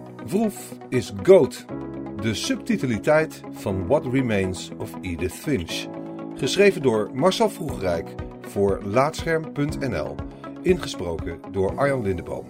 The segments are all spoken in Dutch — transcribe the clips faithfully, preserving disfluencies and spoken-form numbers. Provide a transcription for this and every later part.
Vroef is GOAT, de subtituliteit van What Remains of Edith Finch. Geschreven door Marcel Vroegrijk voor Laatscherm punt n l. Ingesproken door Arjan Lindeboom.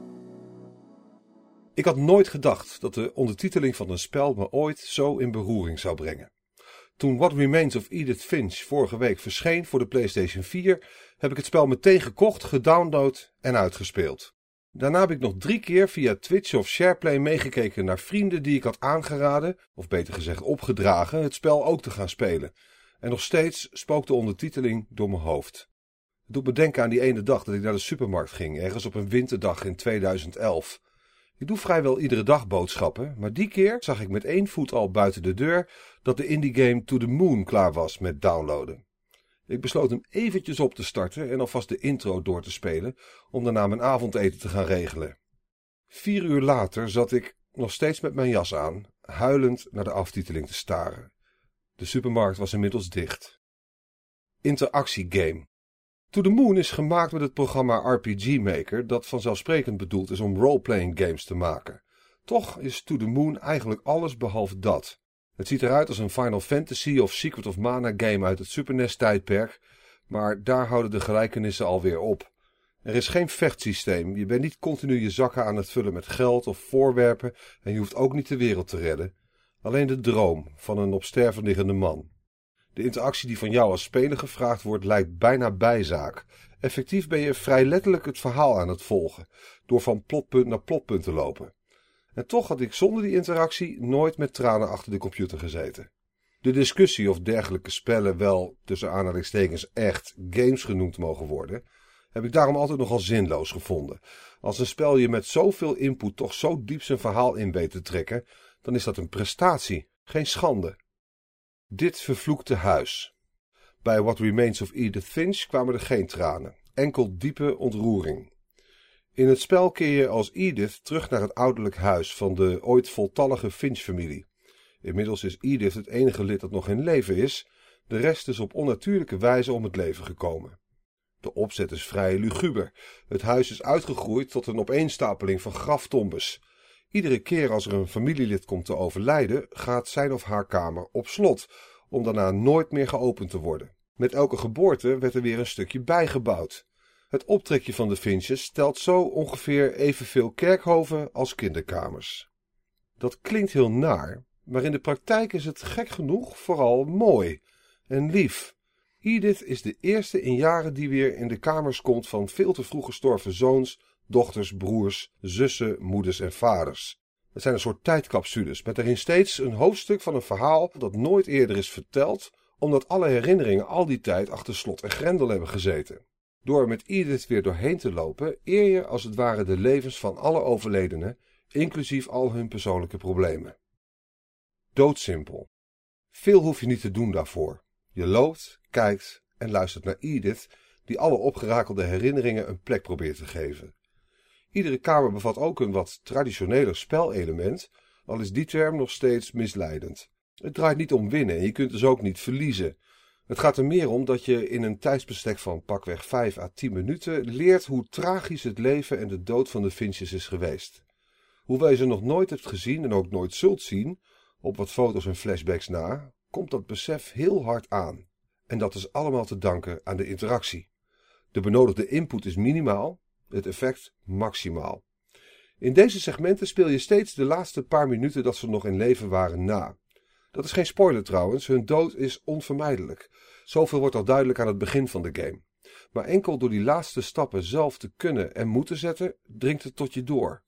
Ik had nooit gedacht dat de ondertiteling van een spel me ooit zo in beroering zou brengen. Toen What Remains of Edith Finch vorige week verscheen voor de PlayStation vier, heb ik het spel meteen gekocht, gedownload en uitgespeeld. Daarna heb ik nog drie keer via Twitch of Shareplay meegekeken naar vrienden die ik had aangeraden, of beter gezegd opgedragen, het spel ook te gaan spelen. En nog steeds spookt de ondertiteling door mijn hoofd. Het doet me denken aan die ene dag dat ik naar de supermarkt ging, ergens op een winterdag in tweeduizend elf. Ik doe vrijwel iedere dag boodschappen, maar die keer zag ik met één voet al buiten de deur dat de indie game To The Moon klaar was met downloaden. Ik besloot hem eventjes op te starten en alvast de intro door te spelen, om daarna mijn avondeten te gaan regelen. Vier uur later zat ik, nog steeds met mijn jas aan, huilend naar de aftiteling te staren. De supermarkt was inmiddels dicht. Interactiegame. To The Moon is gemaakt met het programma R P G Maker, dat vanzelfsprekend bedoeld is om roleplaying games te maken. Toch is To The Moon eigenlijk alles behalve dat. Het ziet eruit als een Final Fantasy of Secret of Mana game uit het Super N E S-tijdperk, maar daar houden de gelijkenissen alweer op. Er is geen vechtsysteem, je bent niet continu je zakken aan het vullen met geld of voorwerpen en je hoeft ook niet de wereld te redden. Alleen de droom van een op sterven liggende man. De interactie die van jou als speler gevraagd wordt lijkt bijna bijzaak. Effectief ben je vrij letterlijk het verhaal aan het volgen, door van plotpunt naar plotpunt te lopen. En toch had ik zonder die interactie nooit met tranen achter de computer gezeten. De discussie of dergelijke spellen wel, tussen aanhalingstekens echt, games genoemd mogen worden, heb ik daarom altijd nogal zinloos gevonden. Als een spel je met zoveel input toch zo diep zijn verhaal in weet te trekken, dan is dat een prestatie, geen schande. Dit vervloekte huis. Bij What Remains of Edith Finch kwamen er geen tranen, enkel diepe ontroering. In het spel keer je als Edith terug naar het ouderlijk huis van de ooit voltallige Finch-familie. Inmiddels is Edith het enige lid dat nog in leven is, de rest is op onnatuurlijke wijze om het leven gekomen. De opzet is vrij luguber. Het huis is uitgegroeid tot een opeenstapeling van graftombes. Iedere keer als er een familielid komt te overlijden, gaat zijn of haar kamer op slot, om daarna nooit meer geopend te worden. Met elke geboorte werd er weer een stukje bijgebouwd. Het optrekje van de Finches telt zo ongeveer evenveel kerkhoven als kinderkamers. Dat klinkt heel naar, maar in de praktijk is het gek genoeg vooral mooi en lief. Edith is de eerste in jaren die weer in de kamers komt van veel te vroeg gestorven zoons, dochters, broers, zussen, moeders en vaders. Het zijn een soort tijdcapsules met daarin steeds een hoofdstuk van een verhaal dat nooit eerder is verteld, omdat alle herinneringen al die tijd achter slot en grendel hebben gezeten. Door met Edith weer doorheen te lopen, eer je als het ware de levens van alle overledenen, inclusief al hun persoonlijke problemen. Doodsimpel. Veel hoef je niet te doen daarvoor. Je loopt, kijkt en luistert naar Edith, die alle opgerakelde herinneringen een plek probeert te geven. Iedere kamer bevat ook een wat traditioneler spelelement, al is die term nog steeds misleidend. Het draait niet om winnen en je kunt dus ook niet verliezen. Het gaat er meer om dat je in een tijdsbestek van pakweg vijf à tien minuten leert hoe tragisch het leven en de dood van de Finches is geweest. Hoewel je ze nog nooit hebt gezien en ook nooit zult zien, op wat foto's en flashbacks na, komt dat besef heel hard aan. En dat is allemaal te danken aan de interactie. De benodigde input is minimaal, het effect maximaal. In deze segmenten speel je steeds de laatste paar minuten dat ze nog in leven waren na. Dat is geen spoiler trouwens, hun dood is onvermijdelijk. Zoveel wordt al duidelijk aan het begin van de game. Maar enkel door die laatste stappen zelf te kunnen en moeten zetten, dringt het tot je door.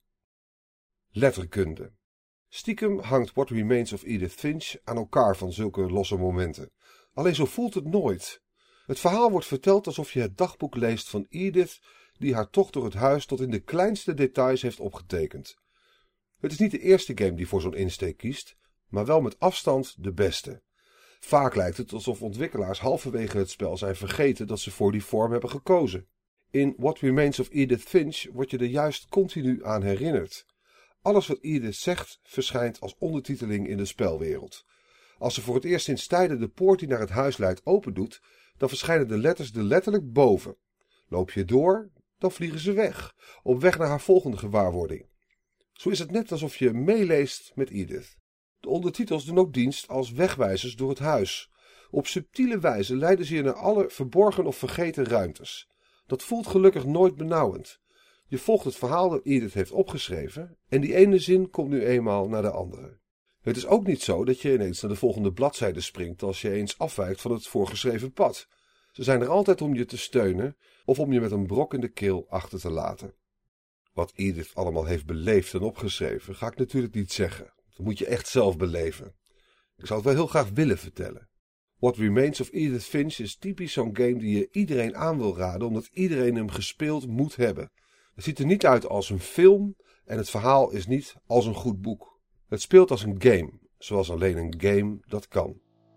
Letterkunde. Stiekem hangt What Remains of Edith Finch aan elkaar van zulke losse momenten. Alleen zo voelt het nooit. Het verhaal wordt verteld alsof je het dagboek leest van Edith, die haar tocht door het huis tot in de kleinste details heeft opgetekend. Het is niet de eerste game die voor zo'n insteek kiest, maar wel met afstand de beste. Vaak lijkt het alsof ontwikkelaars halverwege het spel zijn vergeten dat ze voor die vorm hebben gekozen. In What Remains of Edith Finch word je er juist continu aan herinnerd. Alles wat Edith zegt verschijnt als ondertiteling in de spelwereld. Als ze voor het eerst sinds tijden de poort die naar het huis leidt opendoet, dan verschijnen de letters er letterlijk boven. Loop je door, dan vliegen ze weg, op weg naar haar volgende gewaarwording. Zo is het net alsof je meeleest met Edith. De ondertitels doen ook dienst als wegwijzers door het huis. Op subtiele wijze leiden ze je naar alle verborgen of vergeten ruimtes. Dat voelt gelukkig nooit benauwend. Je volgt het verhaal dat Edith heeft opgeschreven en die ene zin komt nu eenmaal naar de andere. Het is ook niet zo dat je ineens naar de volgende bladzijde springt als je eens afwijkt van het voorgeschreven pad. Ze zijn er altijd om je te steunen of om je met een brok in de keel achter te laten. Wat Edith allemaal heeft beleefd en opgeschreven ga ik natuurlijk niet zeggen. Dat moet je echt zelf beleven. Ik zou het wel heel graag willen vertellen. What Remains of Edith Finch is typisch zo'n game die je iedereen aan wil raden omdat iedereen hem gespeeld moet hebben. Het ziet er niet uit als een film en het verhaal is niet als een goed boek. Het speelt als een game, zoals alleen een game dat kan.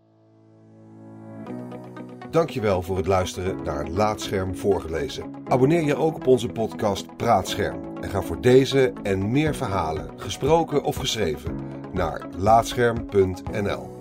Dankjewel voor het luisteren naar Laatscherm voorgelezen. Abonneer je ook op onze podcast Praatscherm en ga voor deze en meer verhalen, gesproken of geschreven, naar laatscherm punt n l.